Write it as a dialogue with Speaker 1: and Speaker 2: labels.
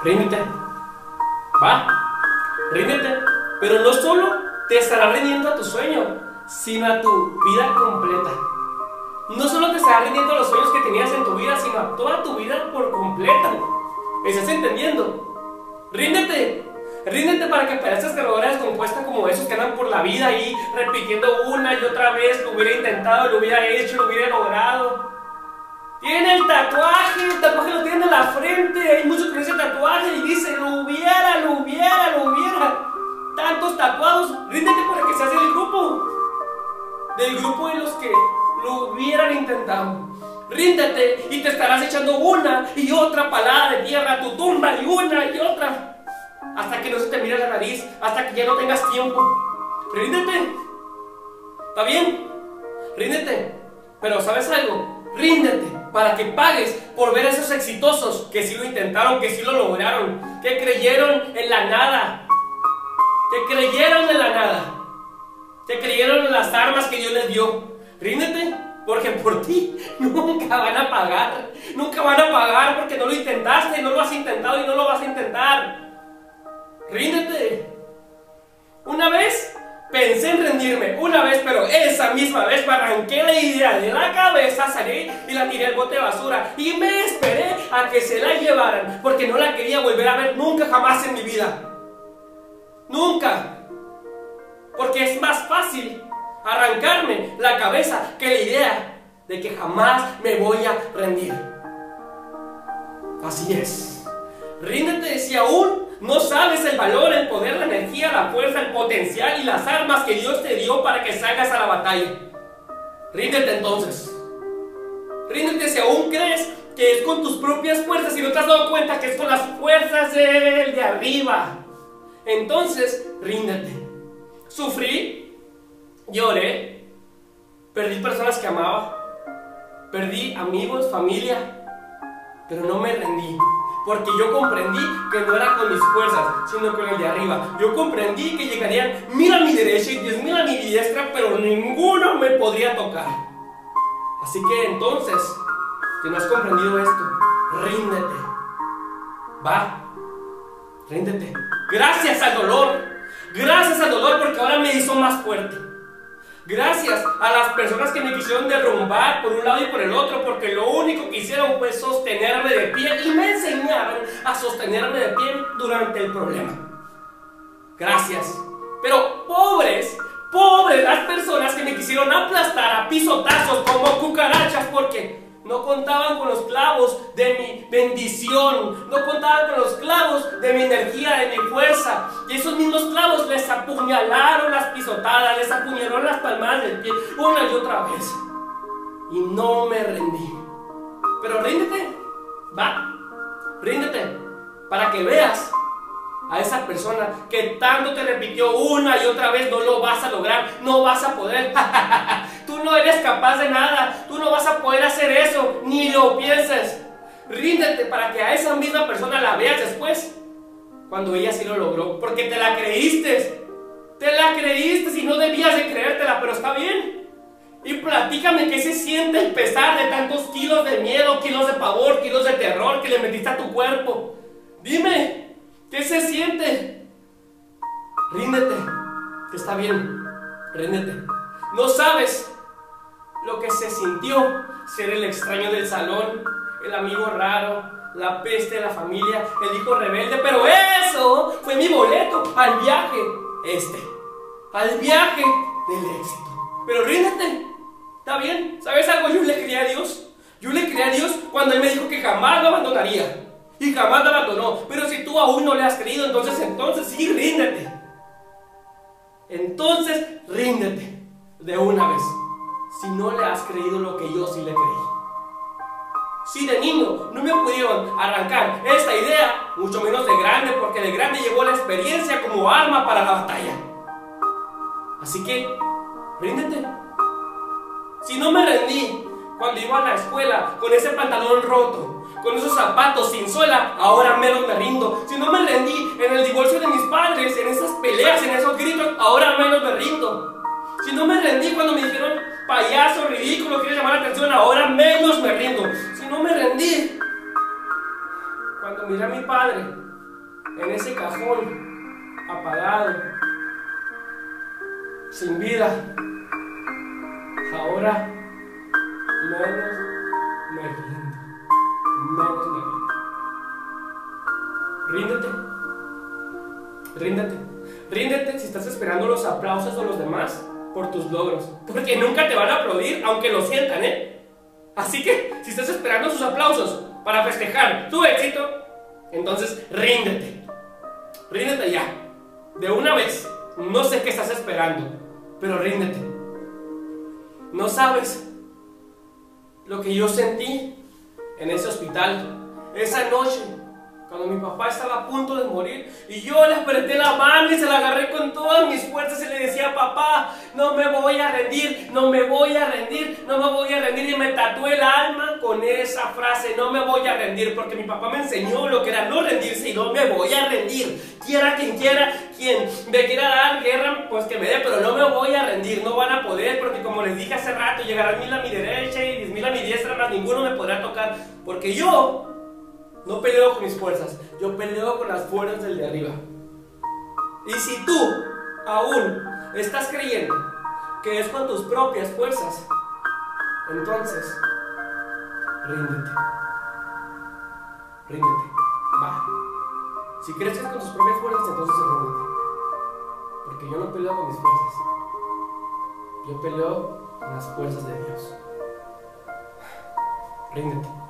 Speaker 1: Ríndete. Va, ríndete. Pero no solo te estará rindiendo a tu sueño, sino a tu vida completa. No solo te estará rindiendo a los sueños que tenías en tu vida, sino a toda tu vida por completa. ¿Me estás entendiendo? Ríndete. Ríndete para que parezcas cargadora descompuesta como esos que andan por la vida ahí repitiendo una y otra vez: lo hubiera intentado, lo hubiera hecho, lo hubiera logrado. Tiene el tatuaje lo tiene en la frente. Hay muchos con ese tatuaje y dice: lo hubiera, lo hubiera, lo hubiera. Tantos tatuados. Ríndete para que seas del grupo de los que lo hubieran intentado. Ríndete y te estarás echando una y otra palada de tierra a tu tumba, y una y otra, hasta que no se te mire la nariz, hasta que ya no tengas tiempo. Ríndete. ¿Está bien? Ríndete. Pero ¿sabes algo? Ríndete para que pagues por ver a esos exitosos que sí lo intentaron, que sí lo lograron, que creyeron en la nada, que creyeron en la nada, que creyeron en las armas que Dios les dio. Ríndete, porque por ti nunca van a pagar. Nunca van a pagar porque no lo intentaste, no lo has intentado y no lo vas a intentar. Ríndete. Una vez pensé en rendirme, una vez, pero esa misma vez me arranqué la idea de la cabeza, salí y la tiré al bote de basura y me esperé a que se la llevaran, porque no la quería volver a ver nunca jamás en mi vida. Nunca. Porque es más fácil arrancarme la cabeza que la idea de que jamás me voy a rendir. Así es. Ríndete si aún no sabes el valor, el poder, la energía, la fuerza, el potencial y las armas que Dios te dio para que salgas a la batalla. Ríndete entonces. Ríndete si aún crees que es con tus propias fuerzas y no te has dado cuenta que es con las fuerzas de arriba. Entonces, ríndete. Sufrí, lloré, perdí personas que amaba, perdí amigos, familia, pero no me rendí. Porque yo comprendí que no era con mis fuerzas, sino con el de arriba. Yo comprendí que llegarían 1000 a mi derecha y 10,000 a mi diestra, pero ninguno me podría tocar. Así que entonces, si no has comprendido esto, ríndete. Va, ríndete. Gracias al dolor, porque ahora me hizo más fuerte. Gracias a las personas que me quisieron derrumbar por un lado y por el otro, porque lo único que hicieron fue sostenerme de pie y me enseñaron a sostenerme de pie durante el problema. Gracias. Pero pobres las personas que me quisieron aplastar a pisotazos como cucarachas, porque no contaban con los clavos de mi bendición, no contaban con los clavos de mi energía, de mi fuerza. Y esos mismos clavos les apuñalaron las pisotadas, les apuñalaron las palmadas del pie una y otra vez. Y no me rendí. Pero ríndete, va, ríndete, para que veas a esa persona que tanto te repitió una y otra vez: no lo vas a lograr, no vas a poder. Tú no eres capaz de nada, tú no vas a poder hacer eso, ni lo pienses. Ríndete para que a esa misma persona la veas después, cuando ella sí lo logró, porque te la creíste y no debías de creértela, pero está bien. Y platícame qué se siente el pesar de tantos kilos de miedo, kilos de pavor, kilos de terror que le metiste a tu cuerpo. Dime, ¿qué se siente? Ríndete, que está bien, ríndete. No sabes lo que se sintió ser el extraño del salón, el amigo raro, la peste de la familia, el hijo rebelde, pero eso fue mi boleto al viaje, al viaje del éxito. Pero ríndete, está bien. ¿Sabes algo? Yo le creí a Dios. Yo le creí a Dios cuando Él me dijo que jamás lo abandonaría. Y jamás lo abandonó. Pero si tú aún no le has creído, entonces sí, ríndete. Entonces, ríndete de una vez. Si no le has creído lo que yo sí le creí. Si de niño no me pudieron arrancar esta idea, mucho menos de grande, porque de grande llevó la experiencia como arma para la batalla. Así que, ríndete. Si no me rendí cuando iba a la escuela con ese pantalón roto, con esos zapatos sin suela, ahora menos me rindo. Si no me rendí en el divorcio de mis padres, en esas peleas, en esos gritos, ahora menos me rindo. Si no me rendí cuando me dijeron payaso, ridículo, quieres llamar la atención, ahora menos me rindo. Si no me rendí cuando miré a mi padre en ese cajón apagado, sin vida. Ahora menos me rindo, menos me rindo. Ríndete si estás esperando los aplausos de los demás por tus logros, porque nunca te van a aplaudir aunque lo sientan, Así que si estás esperando sus aplausos para festejar tu éxito, entonces ríndete ya, de una vez. No sé qué estás esperando, pero ríndete. No sabes lo que yo sentí en ese hospital esa noche, cuando mi papá estaba a punto de morir, y yo le apreté la mano y se la agarré con todas mis fuerzas y le decía: papá, no me voy a rendir, no me voy a rendir, no me voy a rendir. Y me tatué el alma con esa frase: no me voy a rendir, porque mi papá me enseñó lo que era no rendirse y no me voy a rendir. Quiera, quien me quiera dar guerra, pues que me dé, pero no me voy a rendir. No van a poder, porque como les dije hace rato, llegarán 1000 a mi derecha y 10,000 a mi diestra, más ninguno me podrá tocar, porque yo no peleo con mis fuerzas, yo peleo con las fuerzas del de arriba. Y si tú aún estás creyendo que es con tus propias fuerzas, entonces ríndete. Va. Si crees que es con tus propias fuerzas, entonces ríndete. Porque yo no peleo con mis fuerzas, yo peleo con las fuerzas de Dios. Ríndete.